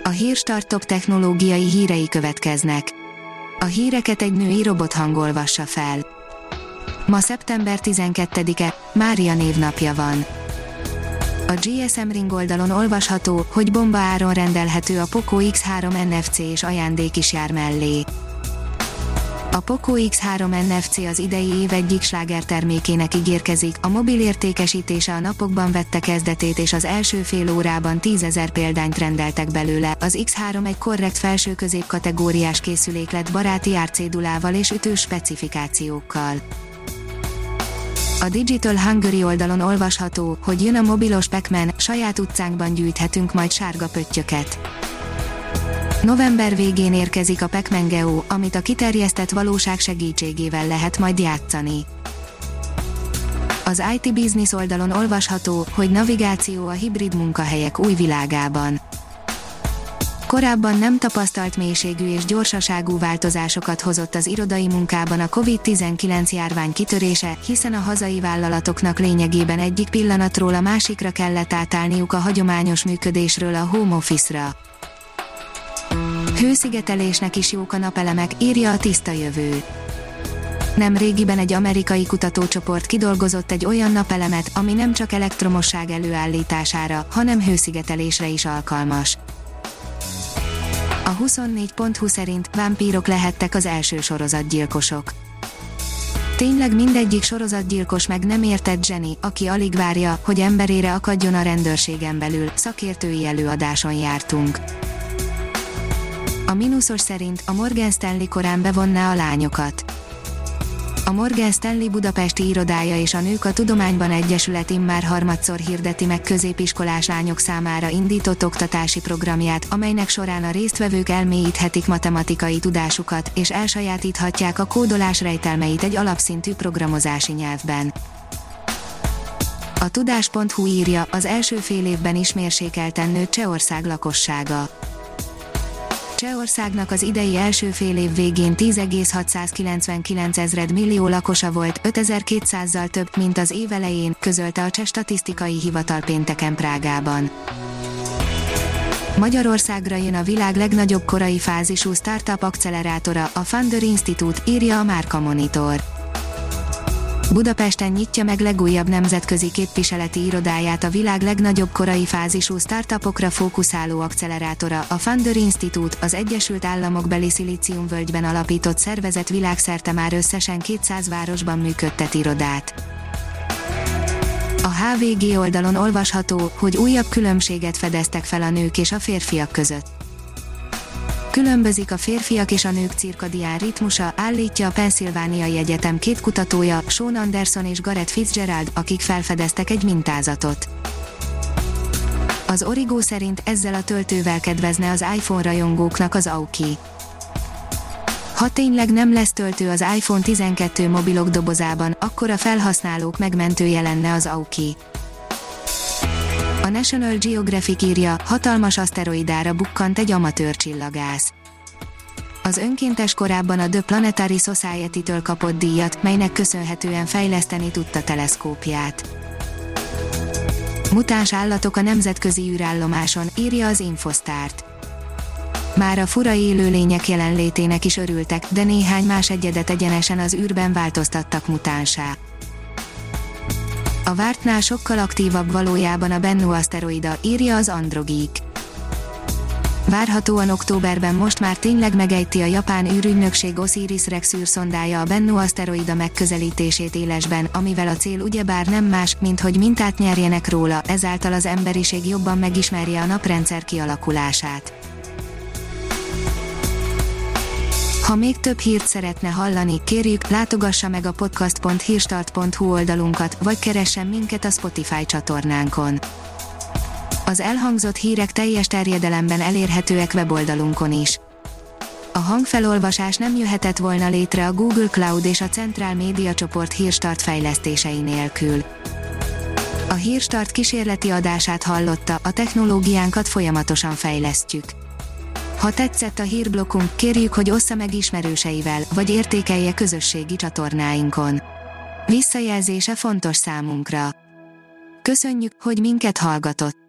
A Hírstart top technológiai hírei következnek. A híreket egy női robot olvassa fel. Ma szeptember 12-e, Mária névnapja van. A GSM Ring oldalon olvasható, hogy bomba áron rendelhető a Poco X3 NFC és ajándék is jár mellé. A Poco X3 NFC az idei év egyik slágertermékének ígérkezik, a mobil értékesítése a napokban vette kezdetét és az első fél órában 10 000 példányt rendeltek belőle. Az X3 egy korrekt felső-közép kategóriás készülék lett baráti árcédulával és ütős specifikációkkal. A Digital Hungary oldalon olvasható, hogy jön a mobilos Pac-Man, saját utcánkban gyűjthetünk majd sárga pöttyöket. November végén érkezik a Pac-Man Geo, amit a kiterjesztett valóság segítségével lehet majd játszani. Az IT Business oldalon olvasható, hogy navigáció a hibrid munkahelyek új világában. Korábban nem tapasztalt mélységű és gyorsaságú változásokat hozott az irodai munkában a COVID-19 járvány kitörése, hiszen a hazai vállalatoknak lényegében egyik pillanatról a másikra kellett átállniuk a hagyományos működésről a home office-ra. Hőszigetelésnek is jók a napelemek, írja a Tiszta Jövő. Nemrégiben egy amerikai kutatócsoport kidolgozott egy olyan napelemet, ami nem csak elektromosság előállítására, hanem hőszigetelésre is alkalmas. A 24.hu szerint vámpírok lehettek az első sorozatgyilkosok. Tényleg mindegyik sorozatgyilkos meg nem értett zseni, aki alig várja, hogy emberére akadjon a rendőrségen belül, szakértői előadáson jártunk. A mínuszos szerint a Morgan Stanley korán bevonná a lányokat. A Morgan Stanley budapesti irodája és a Nők a Tudományban Egyesület immár harmadszor hirdeti meg középiskolás lányok számára indított oktatási programját, amelynek során a résztvevők elmélyíthetik matematikai tudásukat, és elsajátíthatják a kódolás rejtelmeit egy alapszintű programozási nyelvben. A tudás.hu írja, az első fél évben is mérsékelten nőtt Csehország lakossága. Csehországnak az idei első fél év végén 10,699 ezred millió lakosa volt, 5200-zal több, mint az év elején, közölte a Cseh Statisztikai Hivatal pénteken Prágában. Magyarországra jön a világ legnagyobb korai fázisú startup accelerátora, a Founder Institute, írja a Márka Monitor. Budapesten nyitja meg legújabb nemzetközi képviseleti irodáját a világ legnagyobb korai fázisú startupokra fókuszáló accelerátora, a Founder Institute, az Egyesült Államokbeli Szilíciumvölgyben alapított szervezet világszerte már összesen 200 városban működtet irodát. A HVG oldalon olvasható, hogy újabb különbséget fedeztek fel a nők és a férfiak között. Különbözik a férfiak és a nők cirkadián ritmusa, állítja a Pennsylvaniai Egyetem két kutatója, Sean Anderson és Gareth Fitzgerald, akik felfedeztek egy mintázatot. Az Origo szerint ezzel a töltővel kedvezne az iPhone rajongóknak az Aoki. Ha tényleg nem lesz töltő az iPhone 12 mobilok dobozában, akkor a felhasználók megmentője lenne az Aoki. A National Geographic írja, hatalmas aszteroidára bukkant egy amatőr csillagász. Az önkéntes korábban a The Planetary Society-től kapott díjat, melynek köszönhetően fejleszteni tudta teleszkópját. Mutáns állatok a nemzetközi űrállomáson, írja az Infostart. Már a fura élőlények jelenlétének is örültek, de néhány más egyedet egyenesen az űrben változtattak mutánsá. A vártnál sokkal aktívabb valójában a Bennu aszteroida, írja az Androgeek. Várhatóan októberben most már tényleg megejti a japán űrügynökség Osiris-Rex űrszondája a Bennu aszteroida megközelítését élesben, amivel a cél ugyebár nem más, mint hogy mintát nyerjenek róla, ezáltal az emberiség jobban megismerje a naprendszer kialakulását. Ha még több hírt szeretne hallani, kérjük, látogassa meg a podcast.hírstart.hu oldalunkat, vagy keressen minket a Spotify csatornánkon. Az elhangzott hírek teljes terjedelemben elérhetőek weboldalunkon is. A hangfelolvasás nem jöhetett volna létre a Google Cloud és a Central Média csoport Hírstart fejlesztései nélkül. A Hírstart kísérleti adását hallotta, a technológiánkat folyamatosan fejlesztjük. Ha tetszett a hírblokkunk, kérjük, hogy ossza meg ismerőseivel, vagy értékelje közösségi csatornáinkon. Visszajelzése fontos számunkra. Köszönjük, hogy minket hallgatott!